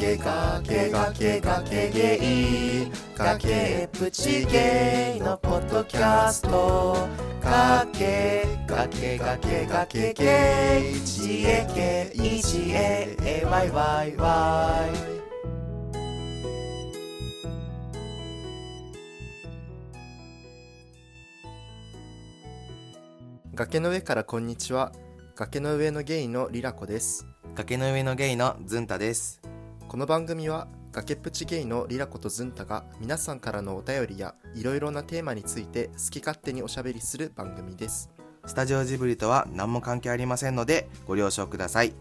崖ゲイ崖っぷちゲイのポッドキャスト崖ゲイ GAKEGAYYY 崖の上からこんにちは。崖の上のゲイのリラコです。 崖の上のゲイのズンタです。 この番組は崖っぷちゲイのリラコとズンタが皆さんからのお便りやいろいろなテーマについて好き勝手におしゃべりする番組です。 スタジオジブリとは何も関係ありませんのでご了承ください。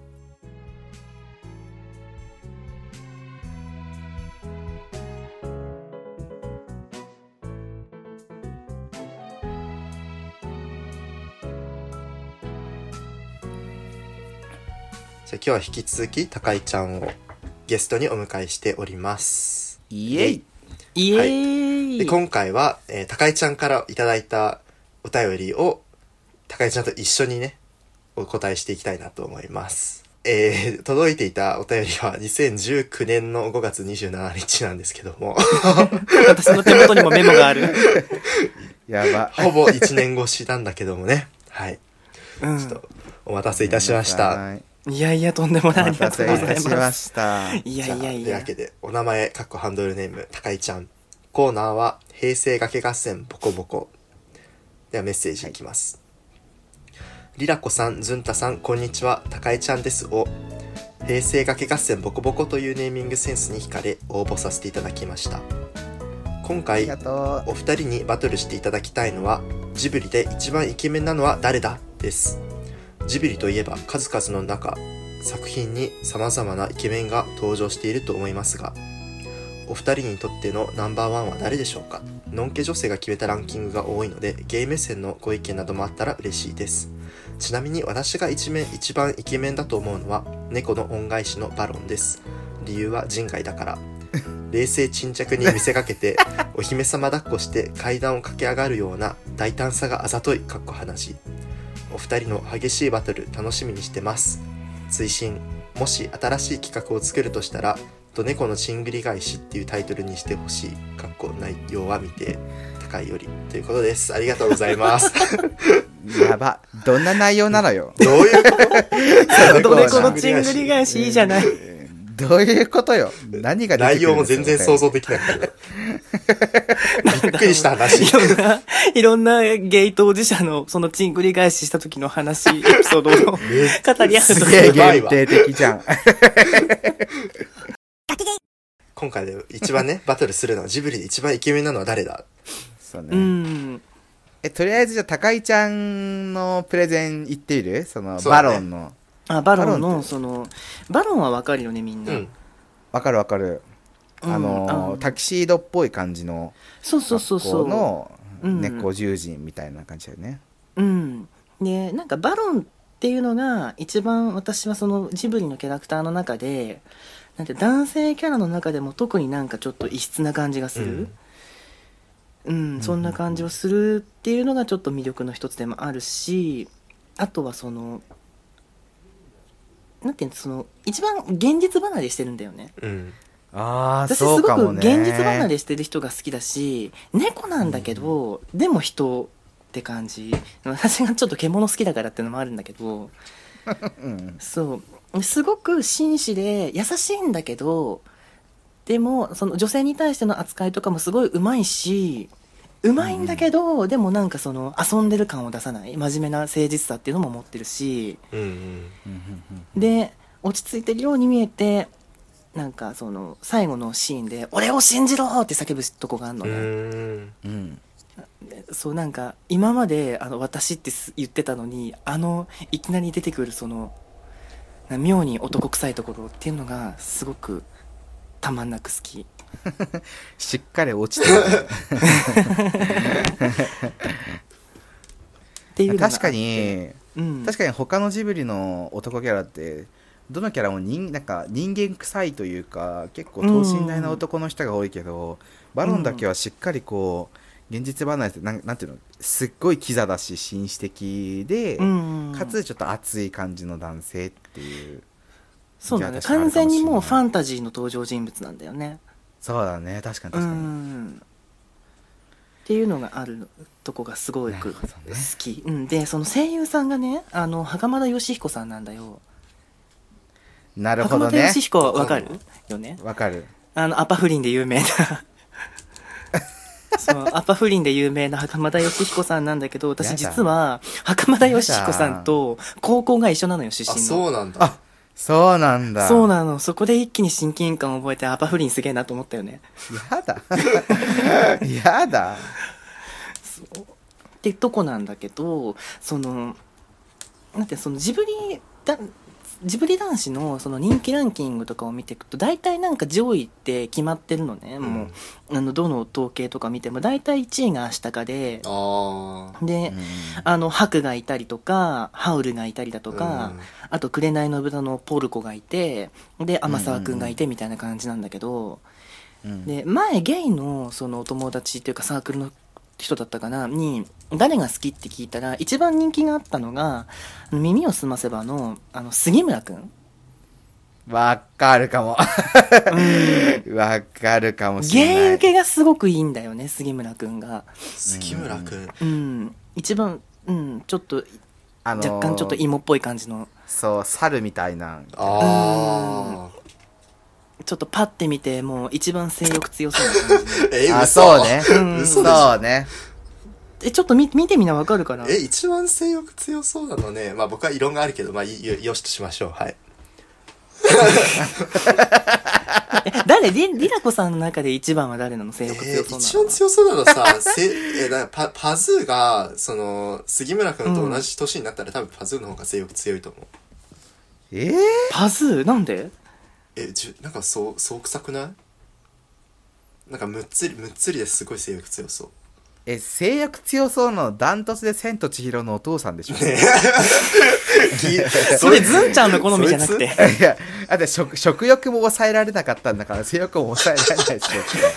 じゃあ今日は引き続き高井ちゃんをゲストにお迎えしております。 イエイイエーイ、 はい、で今回は、高井ちゃんからいただいたお便りを高井ちゃんと一緒にねお答えしていきたいなと思います。届いていたお便りは2019年の5月27日なんですけども私の手元にもメモがあるやばほぼ1年越しなんだけどもねはい、ちょっとお待たせいたしました。 いやいやとんでもない。ありがとうございます。 しました。 いやいやいや。 というわけでお名前ハンドルネーム高井ちゃん、コーナーは平成崖合戦ボコボコ。ではメッセージいきます。リラコさん、ズンタさん、こんにちは、高井ちゃんですを平成崖合戦ボコボコというネーミングセンスに惹かれ応募させていただきました。今回お二人にバトルしていただきたいのはジブリで一番イケメンなのは誰だです。ジブリといえば数々の作品に様々なイケメンが登場していると思いますが、お二人にとってのナンバーワンは誰でしょうか。のんけ女性が決めたランキングが多いのでゲイ目線のご意見などもあったら嬉しいです。ちなみに私が一番イケメンだと思うのは猫の恩返しのバロンです。理由は人外だから。冷静沈着に見せかけてお姫様抱っこして階段を駆け上がるような大胆さがあざとい話。お二人の激しいバトル楽しみにしてます。追伸、もし新しい企画を作るとしたら猫のちんぐり返しっていうタイトルにしてほしい。内容は見て高いよりということです。ありがとうございますやば、どんな内容なのよ。 どういうこと猫のちんぐり返しいいじゃない、 どういうことよ。何が出てくるんですか。 内容も全然想像できなかったびっくりした話。 いろんなゲイ当事者のそのちんぐり返しした時の話エピソードを語り合うとすげえ限定的じゃん今回で一番ねバトルするのはジブリで一番イケメンなのは誰だ。 そうね。とりあえずじゃあ高井ちゃんのプレゼン言っている。そのバロンの、 バロンのバロンはわかるよねみんな。 わかるわかる。タキシードっぽい感じのそうの猫獣人みたいな感じだよね。 でなんかバロンっていうのが一番私はそのジブリのキャラクターの中でなんて男性キャラの中でも特になんかちょっと異質な感じがする。そんな感じをするっていうのがちょっと魅力の一つでもあるし、あとはなんていうの一番現実離れしてるんだよね。私すごく現実離れしてる人が好きだし、猫なんだけど、でも人って感じ。私がちょっと獣好きだからっていうのもあるんだけど、そうすごく紳士で優しいんだけど、でもその女性に対しての扱いとかもすごいうまいし、うまいんだけど、でもなんか遊んでる感を出さない真面目な誠実さっていうのも持ってるし、で落ち着いてるように見えて、なんか最後のシーンで俺を信じろって叫ぶとこがあるのね。そうなんか今まで私って言ってたのにいきなり出てくる妙に男臭いところっていうのがすごくたまんなく好きしっかり落ちてるっていうのがあって、確かに他のジブリの男キャラってどのキャラもなんか人間臭いというか結構等身大な男の人が多いけど、バロンだけはしっかり現実離れてなんていうの、すっごいキザだし紳士的で、かつちょっと熱い感じの男性っていう。 そうだね、 じゃあ完全にもうファンンタジーの登場人物なんだよね。 そうだね、確かにう確かに。 んっていうのがあるとこがすごくなるほどね好き、でその声優さんがね袴田義彦さんなんだよ。 なるほどね袴田義。彦わかるよね。 わかる。 アパフリンで有名なそうアパフリンで有名な袴田義彦さんなんだけど、私やだ実は袴田義彦さんと高校が一緒なのよ、出あ、 身の。 そうなんだ。 あ、そうなんだ。 そうなの。そこで一気に親近感を覚えてアパフリンすげえなと思ったよね。 やだ。やだ。 ってとこなんだけど、そのなんてそのジブリ男子のその人気ランキングとかを見ていくと大体なんか上位って決まってるのね、もうどの統計とか見ても大体1位がアシタカで、 ああ。 でハクがいたりとかハウルがいたりだとか、あと紅の豚のポルコがいて、で天沢くんがいてみたいな感じなんだけど、で前ゲイのそのお友達っていうかサークルの人だったかなに誰が好きって聞いたら一番人気があったのが耳をすませばの杉村くん。 わかるかも。わかるかもしれない。 ゲイ受けがすごくいいんだよね、杉村くんが。 杉村くん。 一番ちょっと若干ちょっと芋っぽい感じの、 そう猿みたいな。 ああ。 ちょっとパッて見てもう一番性欲強そうな感じあ、 嘘。 そうね。 嘘でしょ。 そうね。 ちょっと見てみなわかるかな。 一番性欲強そうなのね。まあ僕は異論があるけど、まあよしとしましょう。はい。 誰リラコさんの中で一番は誰なの、性欲強そうなの。 一番強そうなのさ、パズーが、杉村くんと同じ年になったら、多分パズーの方が性欲強いと思う。 パズーなんで？ なんかそう臭くない？なんかむっつりですごい性欲強そう。 性欲強そうのダントツで千と千尋のお父さんでしょ。 それズンちゃんの好みじゃなくて。 いや、だって食欲も抑えられなかったんだから性欲も抑えられない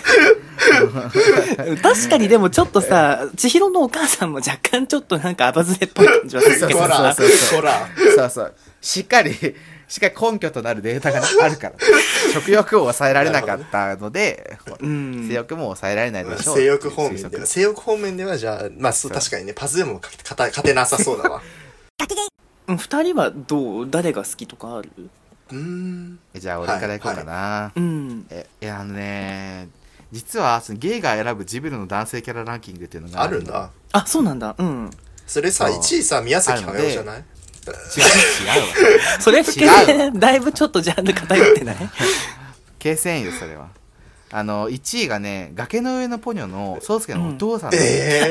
し。 確かにでもちょっとさ、千尋のお母さんも若干ちょっとなんかアバズレっぽい感じはするけどさ。 そうそう。しっかり根拠となるデータがあるから。食欲を抑えられなかったので、性欲も抑えられないでしょう。 性欲方面ではじゃあ、まあ確かにね、パズーも勝てなさそうだわ。 二人は誰が好きとかある？ じゃあ俺からいこうかな。いや実はゲイが選ぶジブリの男性キャラランキングっていうのがあるんだ。 あ、そうなんだ。 それさ、1位さ、宮崎駿じゃない？ 違うわ。 それだいぶちょっとジャンル偏ってない？ 経線よ、それは。1位がね、崖の上のポニョの宗介のお父さんで、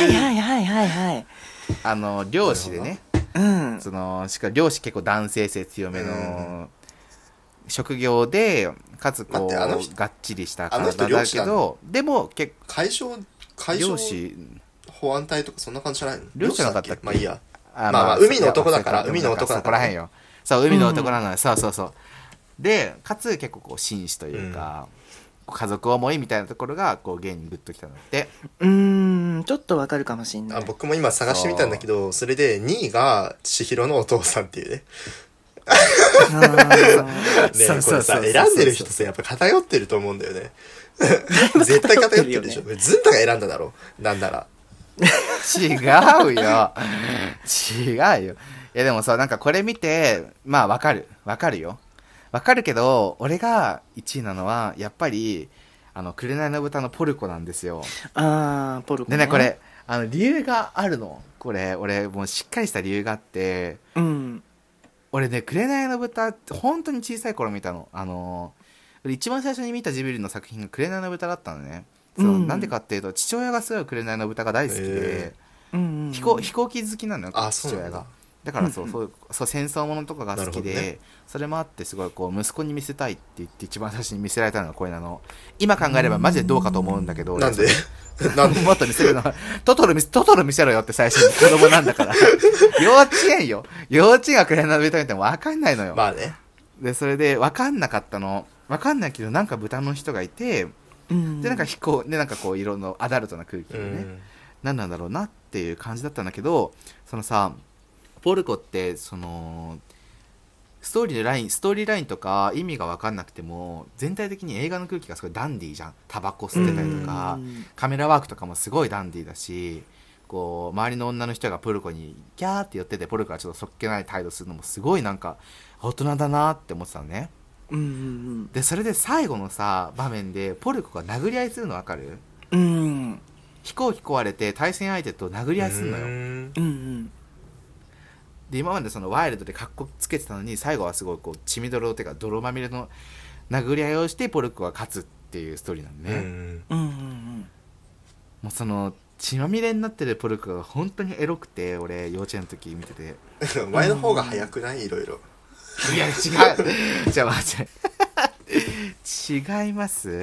はい漁師でね、しかも漁師結構男性性強めの職業で、かつこうがっちりした体だけど、でも結構漁師保安隊とかそんな感じじゃないの？ 漁師じゃなかったっけ？ まあいいや。まあ海の男だから、海の男だそこら辺よ。そう、海の男なのよ。そう。で、かつ結構こう紳士というか、家族思いみたいなところがこう芸にグッときたので、 ちょっとわかるかもしんない。 僕も今探してみたんだけど、それで2位が千尋のお父さんっていうね。これさ、選んでる人さ、やっぱ偏ってると思うんだよね。絶対偏ってるでしょ。ズンタが選んだだろ、なんなら。 違うよ。いやでもさ、なんかこれ見て、まあわかるよ。わかるけど、俺が1位なのは、やっぱり、紅の豚のポルコなんですよ。 ポルコね。 でね、これ、理由があるの。これ、俺、もうしっかりした理由があって、俺ね、紅の豚、本当に小さい頃見たの。一番最初に見たジブリの作品が紅の豚だったのね。なんでかっていうと、父親がすごい紅の豚が大好きで、飛行機好きなのよ、父親が。だからそう戦争ものとかが好きで、それもあってすごいこう息子に見せたいって言って一番最初に見せられたのがこれなの。今考えればマジでどうかと思うんだけど、 なんでもっと見せるのはトトロ見せろよって最初に子供なんだから幼稚園が紅の豚見ても分かんないのよ。 まあね。 でそれで分かんなかったの。分かんないけどなんか豚の人がいて、でなんかなんかこう色のアダルトな空気でね、何なんだろうなっていう感じだったんだけど、そのさポルコってそのストーリーラインとか意味が分かんなくても全体的に映画の空気がすごいダンディーじゃん。タバコ吸ってたりとかカメラワークとかもすごいダンディーだし、こう周りの女の人がポルコにギャーって寄っててポルコがちょっとそっけない態度するのもすごいなんか大人だなって思ってたのね。でそれで最後のさ場面でポルコが殴り合いするの分かる？飛行機壊れて対戦相手と殴り合いするのよ。で今までそのワイルドでカッコつけてたのに最後はすごいこう血みどろっていうか泥まみれの殴り合いをしてポルコが勝つっていうストーリーなのね。もうその血まみれになってるポルコが本当にエロくて、俺幼稚園の時見てて前の方が早くない？いろいろ。 いや違うじゃあ待って違います。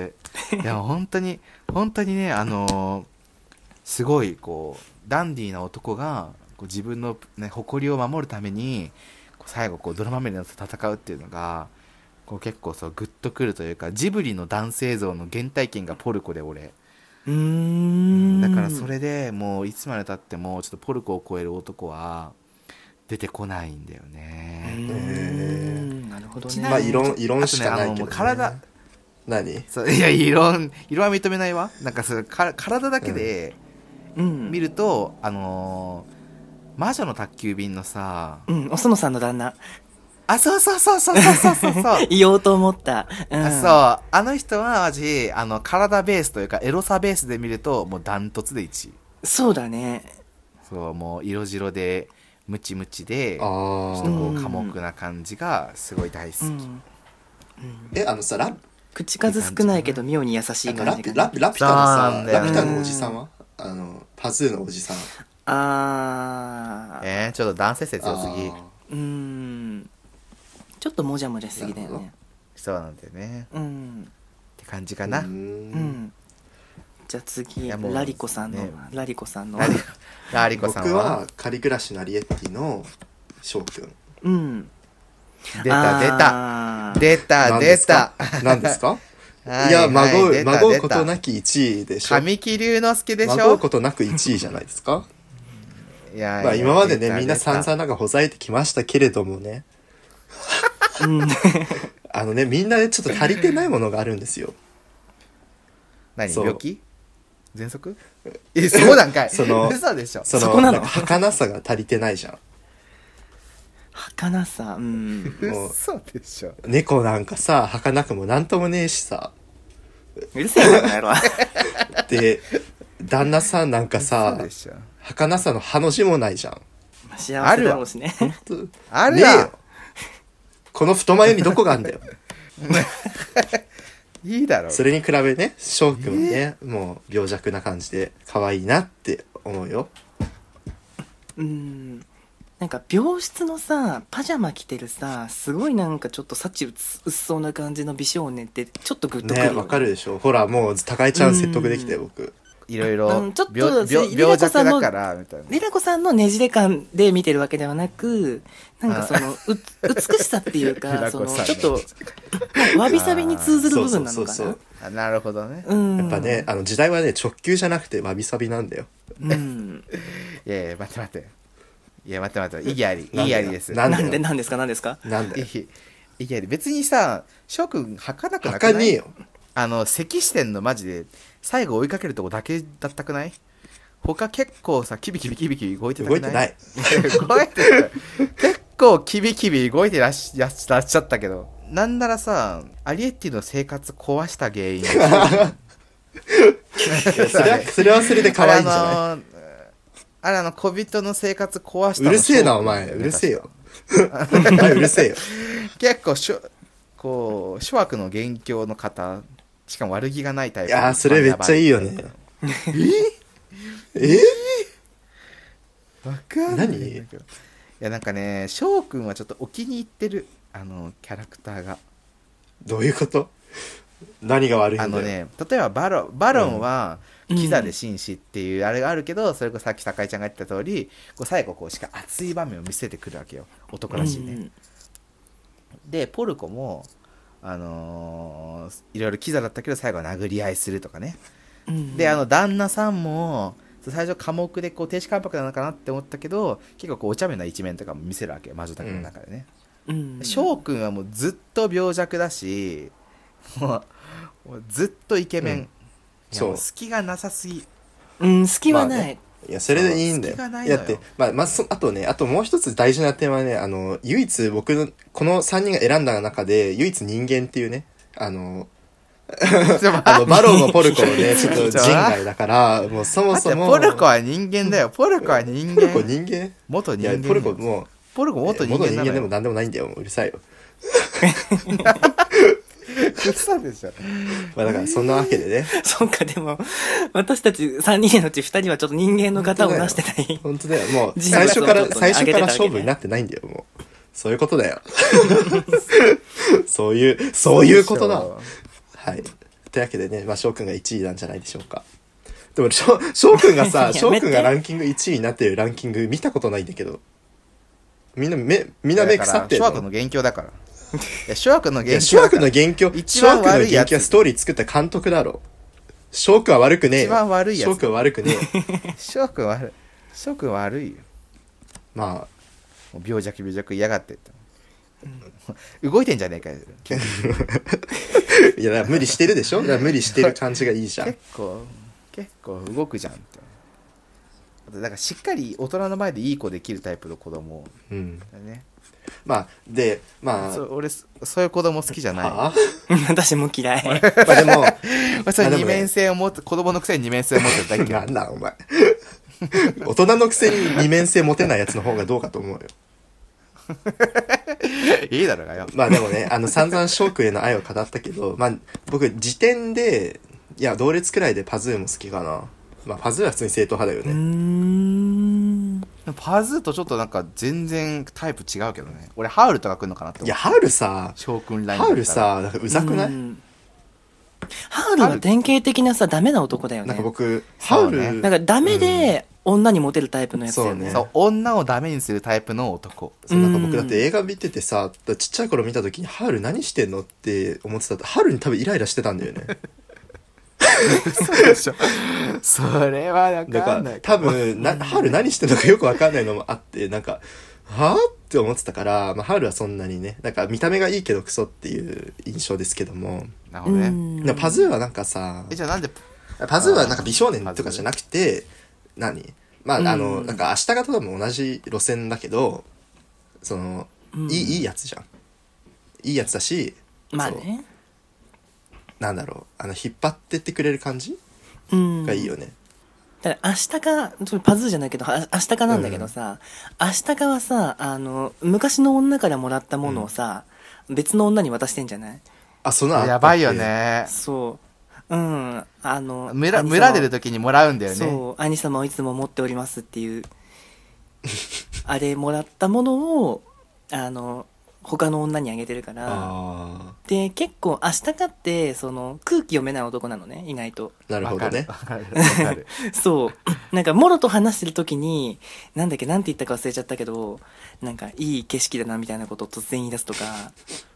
いや本当にねすごいこうダンディーな男がこう自分の、ね、誇りを守るためにこう最後こう泥まみれのと戦うっていうのがこう結構そうグッとくるというか、ジブリの男性像の原体験がポルコで俺だからそれでもういつまでたってもちょっとポルコを超える男は出てこないんだよね。 なるほどね。 まあ異論しかないけど、ね、 もう体何？ そういや異論は認めないわ。なんかそれ体だけで見ると、魔女の宅急便のさ、 お園さんの旦那。 そう言おうと思った。 そうあの人はマジ体ベースというかエロさベースで見るともうダントツで1位。 そうだね。 そうもう色白でムチムチでちょっとこう寡黙な感じがすごい大好き。 さ口数少ないけど妙に優しい感じが、ね、ラピュタのおじさんはパズーのおじさん。 ちょっと男性説強すぎ。 ちょっともじゃもじゃしすぎだよね。 そうなんだよね。って感じかな。 じゃあ次ラリコさんの、ラリコさんの僕は仮暮らしのアリエッティの翔くん。 出た何ですか？いや孫うことなき1位でしょ。 神木隆之介でしょ。 孫うことなく1位じゃないですか。いや今までねみんな散々なんかほざいてきましたけれどもねみんなねちょっと足りてないものがあるんですよ。 何？病気？喘息？そうなんかい。嘘でしょ。 そこなの？ 儚さが足りてないじゃん。 儚さ、 嘘でしょ。 猫なんかさ儚くもなんともねえしさ。 うるせえなこの野郎。 で旦那さんなんかさ儚さのハの字もないじゃん。 幸せだろうしね。 あるよ。 この太眉にどこがあんだよ。 いいだろう。 それに比べね翔くんはね、もう病弱な感じで可愛いなって思うよ。 なんか病室のさパジャマ着てるさすごいなんかちょっと幸薄そうな感じの美少年ってちょっとグッとくるよね。 わかるでしょ。ほらもう高井ちゃん説得できたよ僕。 いろいろちょっと病弱だからみたいな。 リラコさんのねじれ感で見てるわけではなく、なんかその美しさっていうかそのちょっとわびさびに通ずる部分なのかな。 なるほどね。 やっぱね時代はね直球じゃなくてわびさびなんだよ。 いや待って意義ありです。 なんですかなんで意義あり。別にさ翔くん吐かなくなくない？ 吐かねえよ。 咳してんのマジで最後追いかけるとこだけだったくない？他結構さキビキビ動いてたくない？ 動いてない動いてる。結構キビ動いてらっしゃったけど、なんならさアリエッティの生活壊した原因それはそれで可愛いんじゃない？ 小人の生活壊したの。 うるせえなお前。うるせえよ。うるせえよ。 結構こう諸悪の元凶の方、しかも悪気がないタイプ。 いやそれめっちゃいいよね。 わかんない。 何？ いやなんかね翔くんはちょっとお気に入ってるキャラクターが。 どういうこと？何が悪いんだよ。 例えばバロンは、キザで紳士っていうあれがあるけど、それこそさっき高井ちゃんが言った通りこう最後こうしか熱い場面を見せてくるわけよ、男らしいね。でポルコもいろいろキザだったけど最後は殴り合いするとかね。で旦那さんも最初寡黙でこう亭主関白なのかなって思ったけど結構こうお茶目な一面とかも見せるわけよ、魔女宅の中でね。 翔くんはもうずっと病弱だし、もうずっとイケメン、いやそうもう隙がなさすぎ。 隙はない、 ね、いやそれでいいんだよ。 隙がないのよ。 だってあとね、あともう一つ大事な点はね、唯一僕のこの3人が選んだ中で唯一人間っていうね、バローのポルコをねちょっと人外だからもうそもそもポルコは人間だよ。ポルコは人間。 ポルコ人間元人間。 いやポルコ元人間でも何でもないんだよ。もううるさいよ。 嘘でしょ。 だからそんなわけでね。 そうか、でも私たち3人のうち2人はちょっと人間の型を出してない。 本当だよ。もう最初から勝負になってないんだよ。もうそういうことだよ。そういうことだ。はい。というわけでね、翔くんが1位なんじゃないでしょうか。でも翔くんがさ、翔くんがランキング1位になってるランキング見たことないんだけど。みんな目腐ってるの。 翔くんの元凶だから。翔くんの元凶。 翔くんの元凶。翔くんの元凶はストーリー作った監督だろ。翔くんは悪くねえよ。 一番悪いやつ。 翔くんは悪くねえ。 翔くん悪いよ。 まあ。 病弱嫌がってって。動いてんじゃねえかよ。 いやだから無理してるでしょ。だから無理してる感じがいいじゃん。 結構動くじゃんって。だからしっかり大人の前でいい子できるタイプの子供だね。俺そういう子供好きじゃない。 私も嫌い。 でもそれ二面性を持って子供のくせに二面性を持ってるだけ。 なんだお前。大人のくせに二面性持てないやつの方がどうかと思うよ。 いいだろうがよ。 でもね、散々翔くんへの愛を語ったけど、僕時点で同列くらいでパズーも好きかな。パズーは普通に正統派だよね。 パズーとちょっとなんか全然タイプ違うけどね。俺ハウルとか来るのかなって思う。 いやハウルさ、 翔くんラインハウルさ、なんかうざくない？ ハウルは典型的なさ、ダメな男だよね。 なんか僕ハウル、 なんかダメで女にモテるタイプのやつだよね。 そう、女をダメにするタイプの男。 なんか僕だって映画見ててさ、ちっちゃい頃見た時にハウル何してんのって思ってた。ハウルに多分イライラしてたんだよね。 そうでしょ。それはわかんない。 多分ハウル何してんのかよくわかんないのもあって、なんかはぁって思ってたから、ハウルはそんなにね、なんか見た目がいいけどクソっていう印象ですけども。 なるほどね。 パズーはなんかさ、 じゃあなんでパズーはなんか美少年とかじゃなくて、なんか明日方とも同じ路線だけど、いいやつじゃん。いいやつだし、 ね。 なんだろう、引っ張ってってくれる感じがいいよね。 だから明日か、パズーじゃないけど、明日かなんだけどさ、明日かはさ、昔の女からもらったものをさ、別の女に渡してんじゃない？ そのやばいよね。 そう。 村出る時にもらうんだよね。 そう、兄様をいつも持っておりますっていう、あれもらったものを、他の女にあげてるから。で、結構、明日かって、空気読めない男なのね、意外と。 なるほどね。 わかる。 そう。なんか、もろと話してる時に、なんて言ったか忘れちゃったけど、なんか、いい景色だな、みたいなことを突然言い出すとか、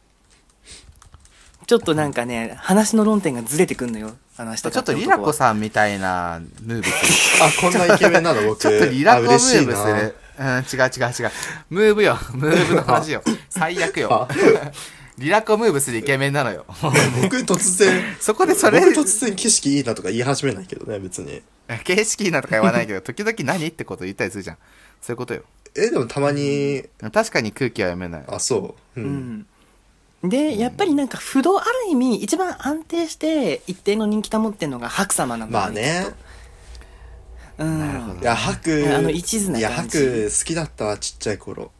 ちょっとなんかね、話の論点がずれてくんのよ。明日かってちょっとリラコさんみたいなムーブする。 こんなイケメンなの僕。 ちょっとリラコムーブする。違う。ムーブの話よ。最悪よ。リラコムーブするイケメンなのよ。 僕突然、僕突然景色いいなとか言い始めないけどね、別に。 景色いいなとか言わないけど、時々何ってこと言ったりするじゃん。そういうことよ。 でもたまに。 確かに空気は読めない。 そう。 で、やっぱりなんか不動、ある意味一番安定して一定の人気保ってんのが白様なんだよね。 なるほど。 いや、白、 一途な感じ。 いや、白好きだったわ、ちっちゃい頃。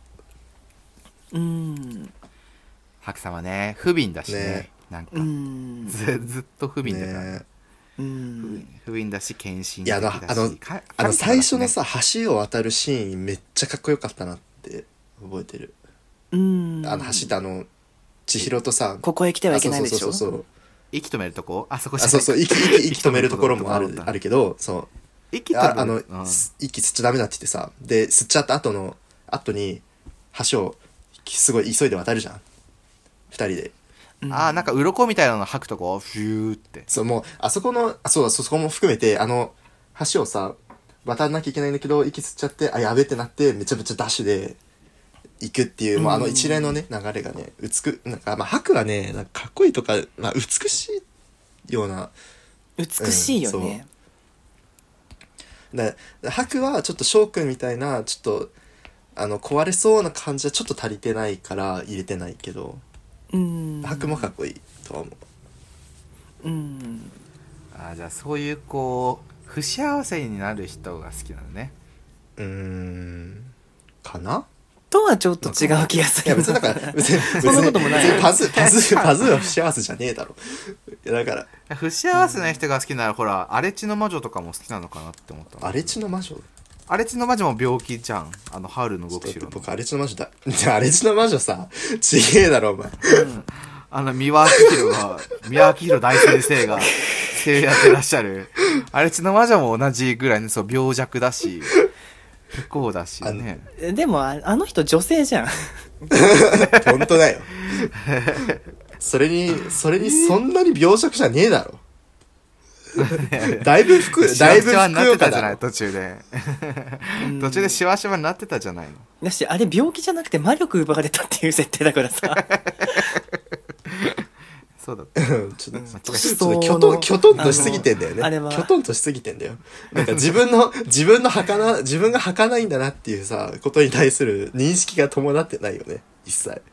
白様ね、不憫だしね。なんか、ずっと不憫だから。不憫だし、献身的だし。 いや、最初のさ、橋を渡るシーンめっちゃかっこよかったなって覚えてる。橋って千尋とさ、 ここへ来てはいけないでしょ。 そう。 息止めるとこ？そこそう、息止めるところもあるけど、そう。息吸っちゃダメだって言ってさ、で、吸っちゃった後に、橋をすごい急いで渡るじゃん。二人で。 なんか鱗みたいなの吐くとこ、フューって。 そう、もう、そこも含めて、橋をさ、渡らなきゃいけないんだけど、息吸っちゃって、やべってなって、めちゃめちゃダッシュで、 行くっていう、まあ、一連のね、流れがね、なんか、まあ、白はね、なんかかっこいいとか、まあ、美しいような。 美しいよね。 白はちょっと翔くんみたいな、ちょっと、壊れそうな感じはちょっと足りてないから入れてないけど、白もかっこいいとは思う。 じゃあそういうこう不幸せになる人が好きなのね。 かなとはちょっと違う気がする。 いや別にだから別にそんなこともない。 パズーは不幸せじゃねえだろ。いやだから不幸せな人が好きなら、ほら荒地の魔女とかも好きなのかなって思った。 荒地の魔女も病気じゃん。ハウルの動く城の。 僕荒地の魔女だ。じゃあ荒地の魔女さ、ちげえだろお前。 三輪明宏大先生が声優やってらっしゃる荒地の魔女も同じぐらいね、そう病弱だし不幸だしね。 でもあの人女性じゃん。 本当だよ。それにそんなに病弱じゃねえだろ。だいぶふくよかだろ。 途中でシワシワになってたじゃないの。 だしあれ病気じゃなくて魔力奪われたっていう設定だからさ。 そうだった。 ちょっときょとんとしすぎてんだよね。きょとんとしすぎてんだよ。なんか自分が儚いんだなっていうさ、ことに対する認識が伴ってないよね、一切。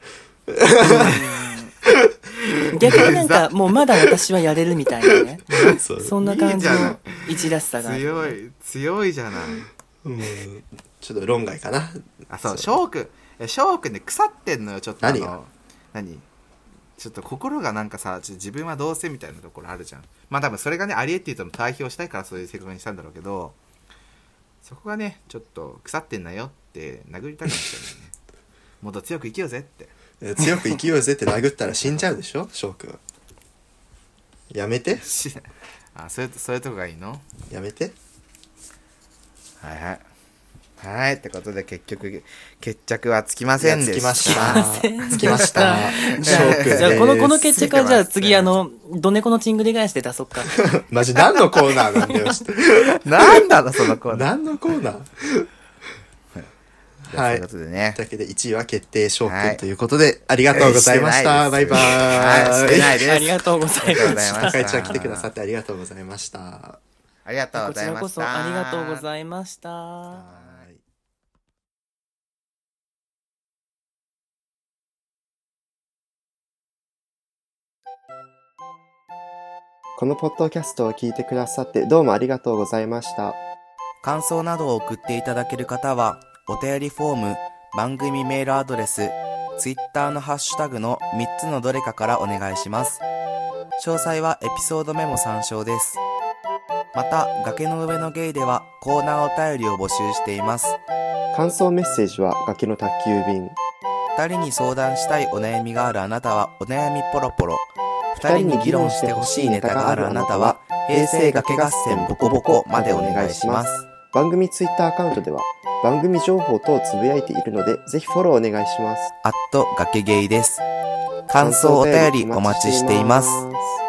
逆になんかもうまだ私はやれるみたいなね。そんな感じの一らしさがある。 強いじゃない。 ちょっと論外かな。 そう、翔くんで腐ってんのよ、ちょっと。何ちょっと心がなんかさ、自分はどうせみたいなところあるじゃん。まあ多分それがね、アリエッティとの対比をしたいからそういう性格にしたんだろうけど、そこがね、ちょっと腐ってんなよって殴りたくなっちゃうんだよね。もっと強く生きようぜって。 強く生きようぜって殴ったら死んじゃうでしょ、翔くん。やめて。 そういうとこがいいの？ やめて。 はい、ってことで結局決着はつきませんでした。 つきました。 じゃあこの決着はじゃあ次ドネコのチングリ返しで出そっか。 マジ何のコーナーなんだよ。 なんだろそのコーナー。 何のコーナー。 はい。ということでね。 というわけで1位は決定翔くんということで、ありがとうございました。バイバーイ。 ありがとうございました。 高市ちゃん来てくださってありがとうございました。 ありがとうございました。こちらこそありがとうございました。 このポッドキャストを聞いてくださってどうもありがとうございました。 感想などを送っていただける方は、お便りフォーム、番組メールアドレス、ツイッターのハッシュタグの3つのどれかからお願いします。詳細はエピソードメモ参照です。また、崖の上のゲイではコーナーお便りを募集しています。 感想メッセージは崖の宅急便。 2人に相談したいお悩みがあるあなたはお悩みポロポロ。2人に議論してほしいネタがあるあなたは平成崖合戦ボコボコまでお願いします。 番組ツイッターアカウントでは番組情報等をつぶやいているのでぜひフォローお願いします。 崖ゲイです。感想お便りお待ちしています。